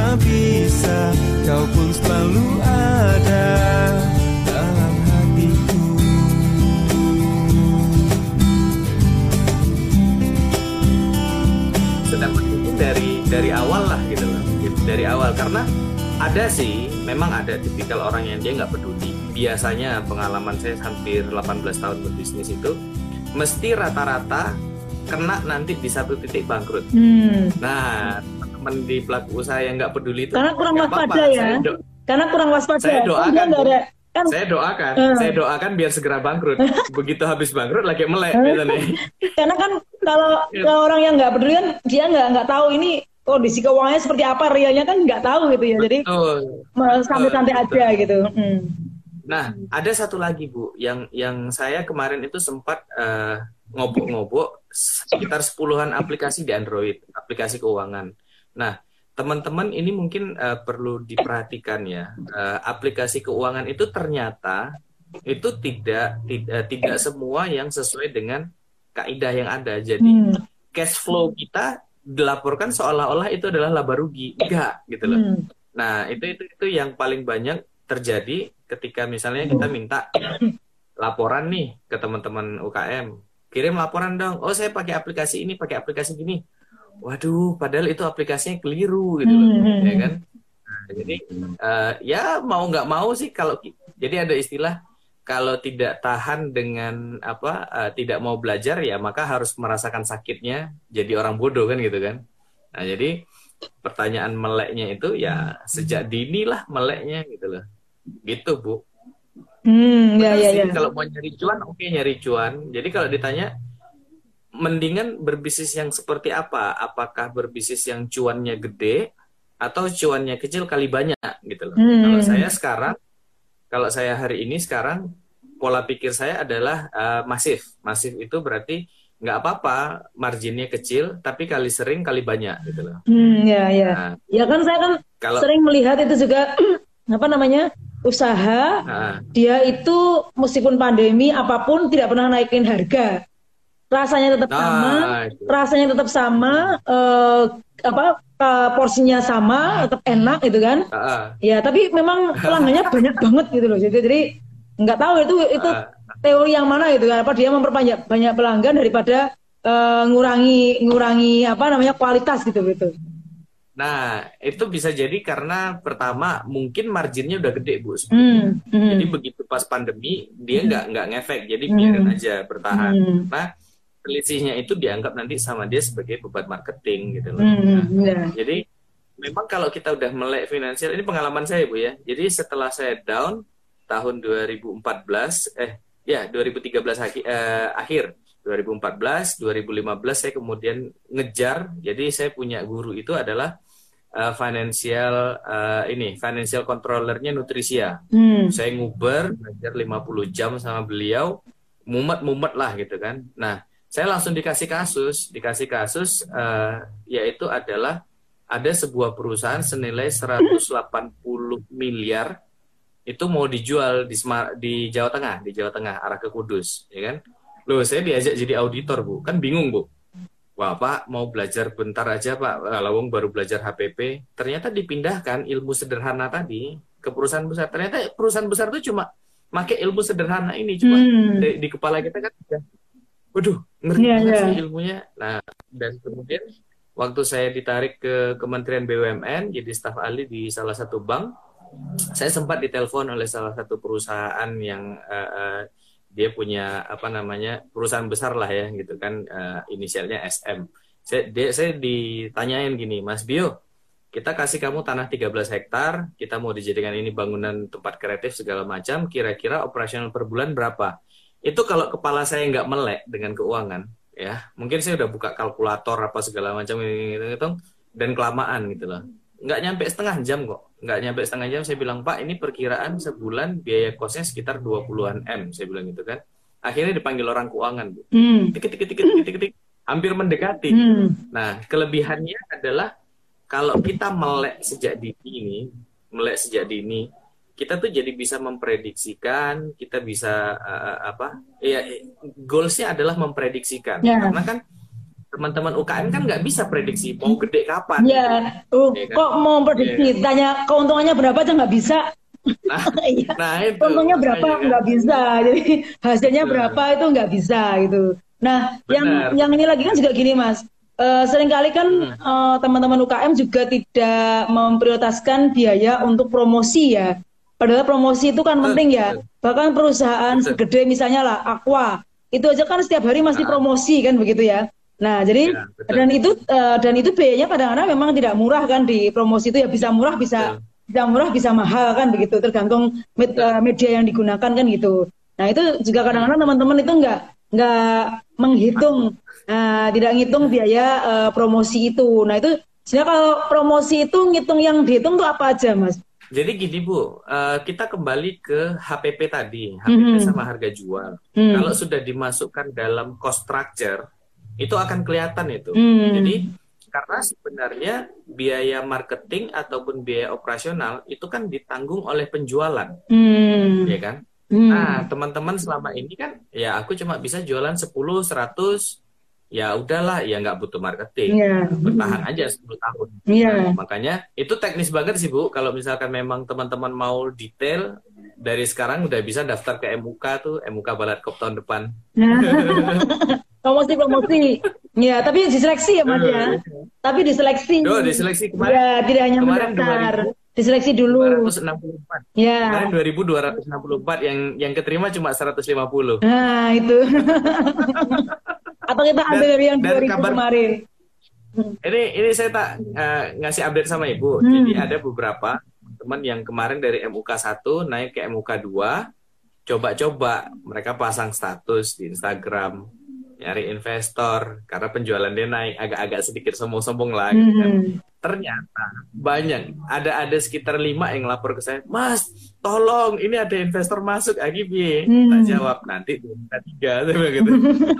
bisa, kau pun selalu ada dalam hatiku. Sedang mendukung dari awal lah gitu loh, dari awal. Karena ada sih, memang ada tipikal orang yang dia nggak peduli. Biasanya pengalaman saya hampir 18 tahun berbisnis itu mesti rata-rata kena nanti di satu titik bangkrut. Nah, teman-teman di pelaku usaha yang nggak peduli itu karena kurang nggak waspada apa-apa. ya. Karena kurang waspada. Saya doakan, kan saya doakan biar segera bangkrut. Begitu habis bangkrut lagi melek biasanya. Karena kan kalau orang yang nggak peduli kan dia nggak tahu ini kondisi keuangannya seperti apa, realnya kan nggak tahu gitu ya. Jadi santai-santai aja gitu. Nah, ada satu lagi Bu, yang saya kemarin itu sempat ngobok-ngobok sekitar 10-an aplikasi di Android, aplikasi keuangan. Nah, teman-teman ini mungkin perlu diperhatikan ya. Aplikasi keuangan itu ternyata itu tidak semua yang sesuai dengan kaidah yang ada. Jadi cash flow kita dilaporkan seolah-olah itu adalah laba rugi, enggak gitu loh. Nah, itu yang paling banyak terjadi ketika misalnya kita minta laporan nih ke teman-teman UKM, kirim laporan dong. Oh, saya pakai aplikasi ini, pakai aplikasi gini. Waduh, padahal itu aplikasinya keliru gitu loh, ya kan? Nah, jadi ya mau nggak mau sih kalau jadi ada istilah kalau tidak tahan dengan tidak mau belajar ya maka harus merasakan sakitnya jadi orang bodoh kan gitu kan. Nah, jadi pertanyaan meleknya itu ya sejak dini lah meleknya gitu loh. Gitu Bu. Ya. Kalau mau nyari cuan, oke, nyari cuan. Jadi kalau ditanya mendingan berbisnis yang seperti apa? Apakah berbisnis yang cuannya gede atau cuannya kecil kali banyak gitu loh. Kalau saya hari ini sekarang pola pikir saya adalah masif. Masif itu berarti nggak apa-apa marginnya kecil tapi kali sering kali banyak gitu loh. Ya. Nah, ya kan saya sering melihat itu juga usaha, dia itu meskipun pandemi apapun tidak pernah naikin harga, rasanya tetap sama, porsinya sama, tetap enak gitu kan. Ya tapi memang pelanggannya banyak banget gitu loh. Jadi nggak tahu itu teori yang mana gitu kan. Apa dia memperbanyak banyak pelanggan daripada ngurangi kualitas gitu. Nah, itu bisa jadi karena pertama mungkin marginnya udah gede Bu. Jadi begitu pas pandemi dia nggak ngefek, jadi biarin aja bertahan. Nah, selisihnya itu dianggap nanti sama dia sebagai beban marketing gitu loh. Jadi memang kalau kita udah melek finansial, ini pengalaman saya Bu ya. Jadi setelah saya down tahun 2013 akhir 2014, 2015 saya kemudian ngejar. Jadi saya punya guru itu adalah financial controllernya Nutrisia. Saya nguber ngajar 50 jam sama beliau, mumet lah gitu kan. Nah, saya langsung dikasih kasus yaitu adalah ada sebuah perusahaan senilai 180 miliar itu mau dijual di Jawa Tengah arah ke Kudus, ya kan. Loh, saya diajak jadi auditor Bu, kan bingung Bu. Wah Pak, mau belajar bentar aja Pak, Lawang baru belajar HPP. Ternyata dipindahkan ilmu sederhana tadi ke perusahaan besar. Ternyata perusahaan besar itu cuma pakai ilmu sederhana ini. Cuma di kepala kita kan udah, waduh, ngerti sih ilmunya. Nah, dan kemudian waktu saya ditarik ke Kementerian BUMN, jadi staf ahli di salah satu bank, saya sempat ditelepon oleh salah satu perusahaan yang dia punya perusahaan besar lah ya gitu kan, inisialnya SM. Saya ditanyain gini, Mas Bio, kita kasih kamu tanah 13 hektar, kita mau dijadikan ini bangunan tempat kreatif segala macam, kira-kira operasional per bulan berapa? Itu kalau kepala saya nggak melek dengan keuangan, ya mungkin saya udah buka kalkulator apa segala macam gitu, dan kelamaan gitu loh. Nggak nyampe setengah jam kok. Saya bilang, Pak, ini perkiraan sebulan biaya kosnya sekitar 20-an M, saya bilang gitu kan. Akhirnya dipanggil orang keuangan, Bu. Tik, hampir mendekati. Nah, kelebihannya adalah kalau kita melek sejak dini, kita tuh jadi bisa memprediksikan, kita bisa goalsnya adalah memprediksikan. Karena kan teman-teman UKM kan nggak bisa prediksi mau gede kapan. Iya. Kan? Kok mau prediksi? Tanya keuntungannya berapa aja nggak bisa. Nah itu. Keuntungannya berapa nggak bisa. Jadi hasilnya berapa itu nggak bisa gitu. Nah, yang ini lagi kan juga gini, Mas. Seringkali kan teman-teman UKM juga tidak memprioritaskan biaya untuk promosi ya. Padahal promosi itu kan penting ya. Bahkan perusahaan segede misalnya lah Aqua, itu aja kan setiap hari masih promosi kan begitu ya. Nah, jadi dan itu biayanya kadang-kadang memang tidak murah kan di promosi itu ya, bisa murah bisa mahal kan begitu, tergantung media yang digunakan kan gitu. Nah, itu juga kadang-kadang teman-teman itu nggak menghitung, tidak ngitung biaya promosi itu. Nah, itu sebenarnya kalau promosi itu ngitung yang dihitung tuh apa aja, Mas? Jadi gini Bu, kita kembali ke HPP tadi, HPP sama harga jual. Kalau sudah dimasukkan dalam cost structure, itu akan kelihatan itu. Jadi karena sebenarnya biaya marketing ataupun biaya operasional itu kan ditanggung oleh penjualan, ya kan? Nah teman-teman selama ini kan, ya aku cuma bisa jualan 10, 100. Ya udahlah, ya nggak butuh marketing, bertahan aja 10 tahun. Nah, makanya itu teknis banget sih Bu. Kalau misalkan memang teman-teman mau detail, dari sekarang udah bisa daftar ke MUK tuh, MUK Balatkop tahun depan. Promosi. Ya, tapi diseleksi ya Mas ya. Tapi diseleksi. Diseleksi kemarin. Ya, tidak hanya mendaftar. Diseleksi dulu. 264. Ya. Kemarin 2.264, yang keterima cuma 150. Nah, itu. Atau kita ambil dari yang 2000 kemarin. Ini saya tak ngasih update sama Ibu. Jadi ada beberapa teman yang kemarin dari MUK 1 naik ke MUK 2, coba-coba mereka pasang status di Instagram, nyari investor karena penjualan dia naik, agak-agak sedikit sombong-sombong lah gitu kan. Ternyata banyak, ada sekitar 5 yang lapor ke saya, Mas tolong ini ada investor masuk Agibie. Tak jawab, nanti 3 gitu.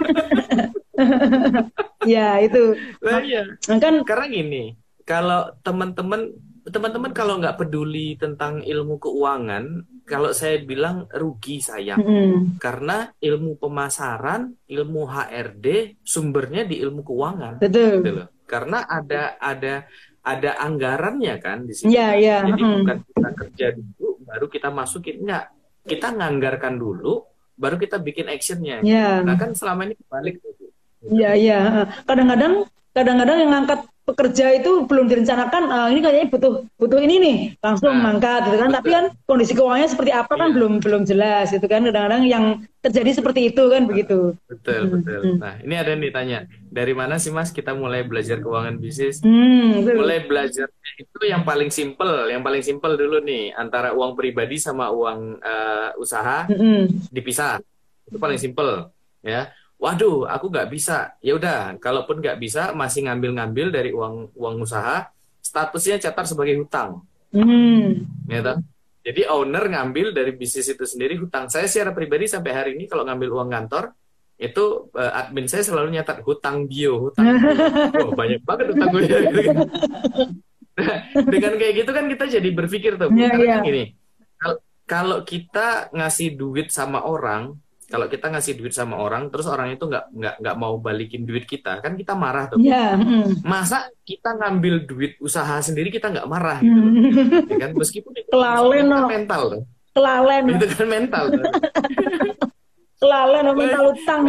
Ya itu. Nah, ya. Kan karena gini, kalau teman-teman kalau nggak peduli tentang ilmu keuangan, kalau saya bilang rugi sayang. Karena ilmu pemasaran, ilmu HRD sumbernya di ilmu keuangan. Betul. Gitu loh. Karena ada anggarannya kan di sini. Jadi bukan kita kerja dulu baru kita masukin, enggak. Kita nganggarkan dulu baru kita bikin actionnya. Nah kan selama ini kebalik tuh. Iya. Kadang-kadang yang ngangkat pekerja itu belum direncanakan, ini kayaknya butuh ini nih, langsung mangkat gitu kan. Tapi kan kondisi keuangannya seperti apa kan belum jelas gitu kan. Kadang-kadang yang terjadi seperti itu kan begitu. Betul. Nah, ini ada yang ditanya, dari mana sih Mas kita mulai belajar keuangan bisnis? Mulai belajar itu yang paling simple dulu nih, antara uang pribadi sama uang usaha dipisah. Itu paling simple ya. Waduh, aku nggak bisa. Ya udah, kalaupun nggak bisa, masih ngambil dari uang usaha, statusnya catat sebagai hutang. Gitu. Jadi owner ngambil dari bisnis itu sendiri hutang. Saya secara pribadi sampai hari ini kalau ngambil uang kantor, itu admin saya selalu nyatat hutang bio. Oh, banyak banget hutang gue. Nah, dengan kayak gitu kan kita jadi berpikir tuh. Karena gini, kalau kita ngasih duit sama orang, terus orang itu nggak mau balikin duit kita, kan kita marah tuh. Masa kita ngambil duit usaha sendiri kita nggak marah gitu loh. Ya kan, meskipun itu kelalen mental tuh. Itu kan mental tuh. Kelalen mental utang.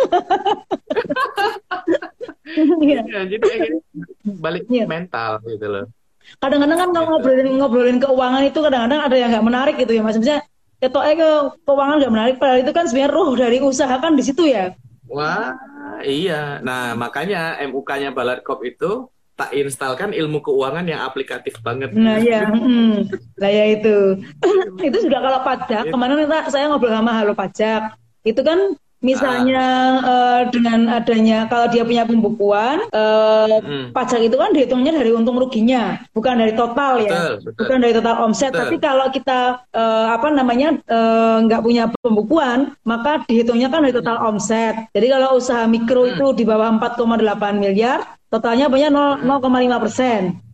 Jadi balik mental gitu loh. Kadang-kadang kan kalau ngobrolin keuangan itu kadang-kadang ada yang nggak menarik gitu ya Mas. Misalnya keuangan nggak menarik, padahal itu kan sebenarnya ruh dari usaha kan di situ ya. Wah, iya. Nah, makanya MUK-nya Balatkop itu tak instalkan ilmu keuangan yang aplikatif banget. Nah ya, itu. Itu juga kalau pajak. Kemarin saya ngobrol sama Halo Pajak. Itu kan misalnya dengan adanya, kalau dia punya pembukuan, pajak itu kan dihitungnya dari untung ruginya, bukan dari total ya. Betul. Bukan dari total omset. Tapi kalau kita nggak punya pembukuan, maka dihitungnya kan dari total omset. Jadi kalau usaha mikro itu di bawah 4,8 miliar, totalnya punya 0,5%.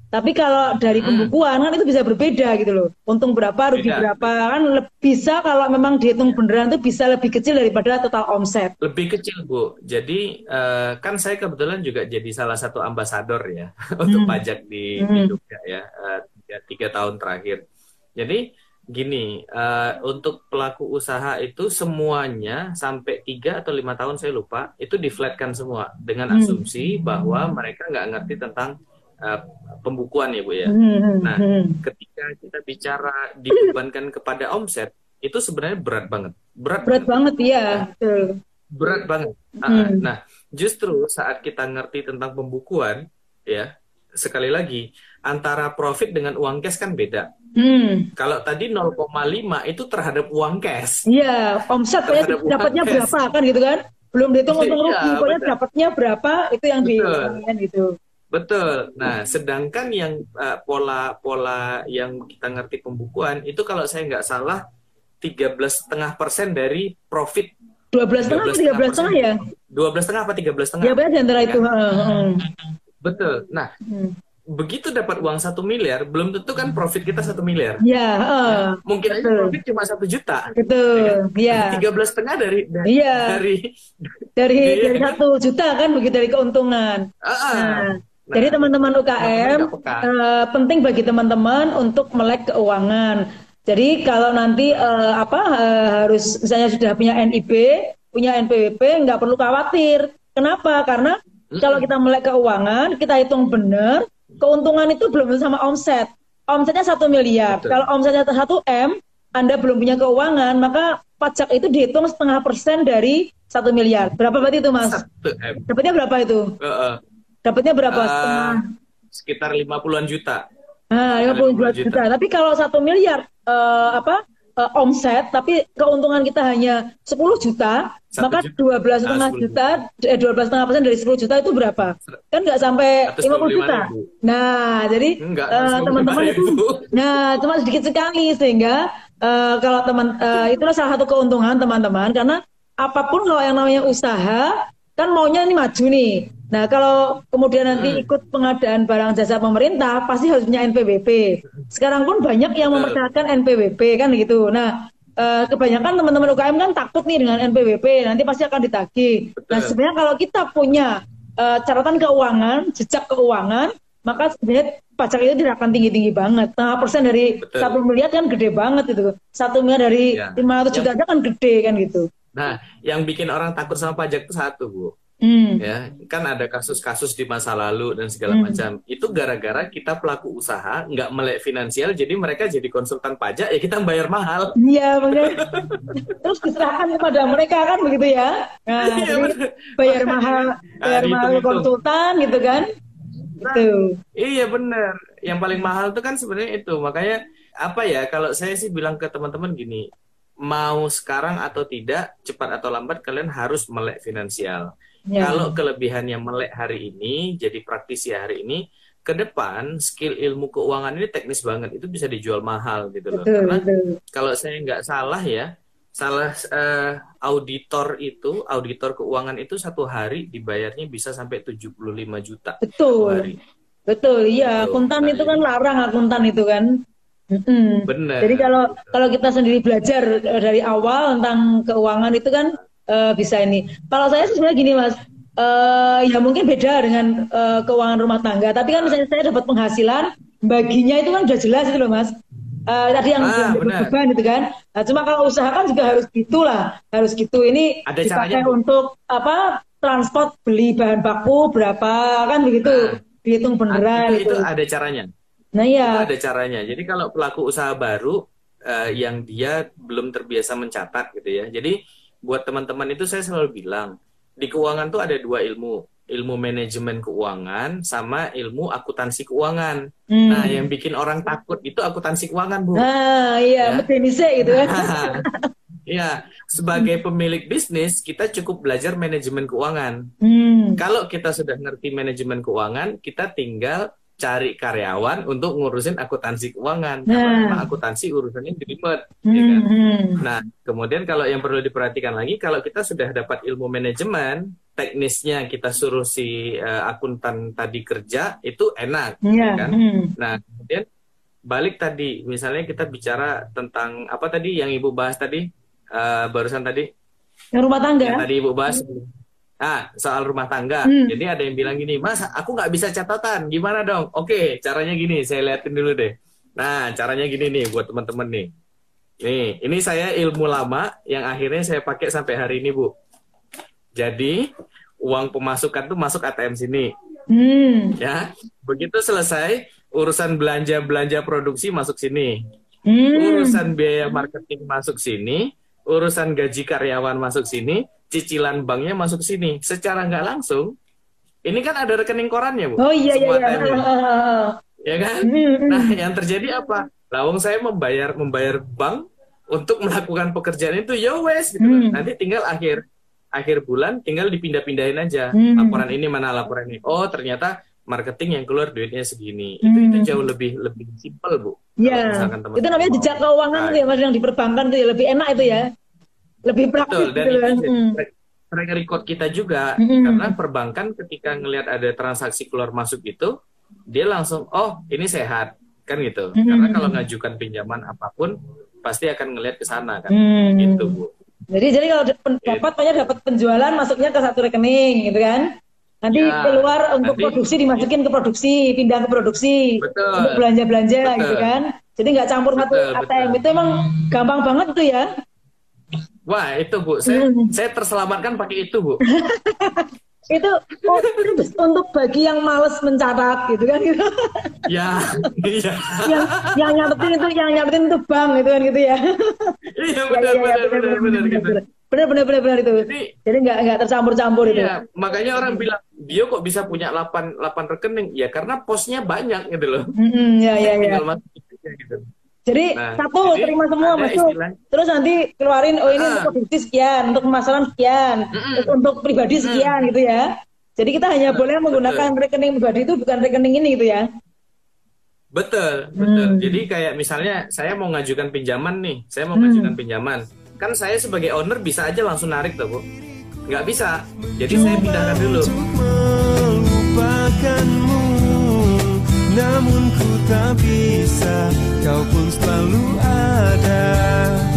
Tapi kalau dari pembukuan kan itu bisa berbeda gitu loh. Untung berapa, rugi berapa kan bisa kalau memang dihitung beneran itu bisa lebih kecil daripada total omset. Lebih kecil Bu. Jadi kan saya kebetulan juga jadi salah satu ambasador ya untuk pajak di Jogja ya 3 tahun terakhir. Jadi gini, untuk pelaku usaha itu semuanya sampai 3 atau 5 tahun saya lupa itu diflatkan semua dengan asumsi bahwa mereka nggak ngerti tentang pembukuan ya Bu ya. Nah, ketika kita bicara dibebankan kepada omset itu sebenarnya berat banget. Berat banget ya. Berat banget. Nah, justru saat kita ngerti tentang pembukuan ya, sekali lagi antara profit dengan uang cash kan beda. Kalau tadi 0,5 itu terhadap uang cash. Iya, omset dapatnya berapa kan gitu kan? Belum dihitung untung rugi, pokoknya dapatnya berapa itu yang dihitung gitu. Betul. Nah, sedangkan yang pola yang kita ngerti pembukuan itu kalau saya nggak salah 13,5% dari profit. 12,5 ya? 12,5 apa 13,5? Ya benar di antara itu. Betul. Nah, begitu dapat uang 1 miliar, belum tentu kan profit kita 1 miliar. Iya. Mungkin aja profit cuma 1 juta. Betul. Iya. 13,5 dari 1 juta kan begitu dari keuntungan. Nah, jadi teman-teman UKM penting bagi teman-teman untuk melek keuangan. Jadi kalau nanti harus misalnya sudah punya NIB, punya NPWP, nggak perlu khawatir. Kenapa? Karena kalau kita melek keuangan, kita hitung benar, keuntungan itu belum sama omset. Omsetnya 1 miliar. Betul. Kalau omsetnya 1 M, Anda belum punya keuangan, maka pajak itu dihitung 0,5% dari 1 miliar. Berapa berarti itu, Mas? 1 M. Dapatnya berapa itu? Dapatnya berapa? Sekitar 50-an juta. 52 juta. Tapi kalau 1 miliar omset, tapi keuntungan kita hanya 10 juta, maka 12,5% dari 10 juta itu berapa? Kan nggak sampai 50 juta. Nah, jadi teman-teman itu, cuma sedikit sekali sehingga kalau itulah salah satu keuntungan teman-teman, karena apapun kalau yang namanya usaha kan maunya ini maju nih. Nah, kalau kemudian nanti ikut pengadaan barang jasa pemerintah, pasti harus punya NPWP. Sekarang pun banyak yang mempersyaratkan NPWP kan gitu. Nah, kebanyakan teman-teman UKM kan takut nih dengan NPWP, nanti pasti akan ditagih. Nah, sebenarnya kalau kita punya catatan keuangan, jejak keuangan, maka sebenarnya pajak itu tidak akan tinggi-tinggi banget. 0,5% dari 1 miliar kan gede banget itu. 1 miliar dari 500 juta aja kan gede kan gitu. Nah, yang bikin orang takut sama pajak itu satu, Bu. Ya, kan ada kasus-kasus di masa lalu dan segala macam. Itu gara-gara kita pelaku usaha nggak melek finansial, jadi mereka jadi konsultan pajak, ya kita bayar mahal. Iya, benar. Terus diserahkan kepada mereka kan begitu ya. Nah, bayar mahal konsultan gitu kan. Gitu. Iya benar. Yang paling mahal itu kan sebenarnya itu. Makanya apa ya? Kalau saya sih bilang ke teman-teman gini, mau sekarang atau tidak, cepat atau lambat kalian harus melek finansial. Kalau kelebihannya melek hari ini, jadi praktisi hari ini, ke depan skill ilmu keuangan ini teknis banget, itu bisa dijual mahal gitu loh. Karena kalau saya nggak salah ya, auditor keuangan itu 1 hari dibayarnya bisa sampai 75 juta. Betul. Betul, iya. Akuntan itu kan larang akuntan itu kan. Benar. Jadi kalau kita sendiri belajar dari awal tentang keuangan itu kan bisa ini. Kalau saya sebenarnya gini Mas, ya mungkin beda dengan keuangan rumah tangga. Tapi kan misalnya saya dapat penghasilan, baginya itu kan udah jelas itu loh Mas. Tadi yang beban gitu kan. Nah, cuma kalau usaha kan juga harus gitulah, harus gitu. Ini ada dipakai caranya, untuk transport, beli bahan baku berapa kan begitu, dihitung beneran. Itu ada caranya. Nah ya. Itu ada caranya. Jadi kalau pelaku usaha baru yang dia belum terbiasa mencatat gitu ya. Jadi buat teman-teman itu saya selalu bilang, di keuangan tuh ada 2 ilmu. Ilmu manajemen keuangan sama ilmu akuntansi keuangan. Nah, yang bikin orang takut itu akuntansi keuangan, Bu. Nah, iya, ya? Gitu kan. Ya, sebagai pemilik bisnis, kita cukup belajar manajemen keuangan. Kalau kita sudah ngerti manajemen keuangan, kita tinggal cari karyawan untuk ngurusin akuntansi keuangan. Karena akuntansi urusannya ribet, ya kan? Nah, kemudian kalau yang perlu diperhatikan lagi, kalau kita sudah dapat ilmu manajemen, teknisnya kita suruh si akuntan tadi kerja, itu enak, ya kan? Nah, kemudian balik tadi, misalnya kita bicara tentang apa tadi yang Ibu bahas tadi, barusan tadi? Yang rumah tangga. Yang tadi Ibu bahas. Soal rumah tangga. Jadi ada yang bilang gini, Mas, aku nggak bisa catatan. Gimana dong? Oke, caranya gini. Saya liatin dulu deh. Nah, caranya gini nih buat teman-teman nih. Nih, ini saya ilmu lama yang akhirnya saya pakai sampai hari ini, Bu. Jadi, uang pemasukan tuh masuk ATM sini. Ya, begitu selesai, urusan belanja produksi masuk sini. Urusan biaya marketing masuk sini. Urusan gaji karyawan masuk sini, cicilan banknya masuk sini. Secara nggak langsung, ini kan ada rekening korannya, Bu. Oh iya. Ya kan? Nah, yang terjadi apa? Lawang saya membayar bank untuk melakukan pekerjaan itu, ya wes gitu. Nanti tinggal akhir bulan tinggal dipindah-pindahin aja. Laporan ini mana laporan ini. Oh, ternyata marketing yang keluar duitnya segini. Itu jauh lebih simpel, Bu. Iya. Itu namanya jejak keuangan tuh ya, Mas, yang di perbankan tuh ya, lebih enak itu ya. Lebih praktis. Betul, dan itu track record kita juga, karena perbankan ketika ngelihat ada transaksi keluar masuk gitu, dia langsung, oh ini sehat, kan gitu. Karena kalau ngajukan pinjaman apapun, pasti akan ngelihat ke sana kan, gitu, Bu. Jadi kalau dapat penjualan masuknya ke satu rekening, gitu kan? Nanti keluar untuk produksi dimasukin ke produksi, pindah ke produksi, untuk belanja gitu kan? Jadi nggak campur satu ATM. Itu emang gampang banget tuh ya. Wah itu, Bu, saya terselamatkan pakai itu, Bu. itu untuk bagi yang males mencatat gitu kan gitu. Ya, iya. yang nyatetin itu bank gitu kan gitu ya. Iya benar gitu. Benar itu. Jadi nggak tercampur-campur itu. Iya, makanya orang bilang dia kok bisa punya 8 rekening. Ya karena posnya banyak gitu loh. Iya. Tinggal masuk gitu. Jadi terima semua masuk. Terus nanti keluarin ini untuk produksi sekian, untuk pemasaran sekian, untuk pribadi sekian gitu ya. Jadi kita hanya boleh menggunakan rekening pribadi itu, bukan rekening ini gitu ya. Betul. Jadi kayak misalnya saya mau ngajukan pinjaman nih, kan saya sebagai owner bisa aja langsung narik tuh, Bu. Nggak bisa. Jadi saya pindahkan dulu. Namun ku tak bisa, kau pun selalu ada.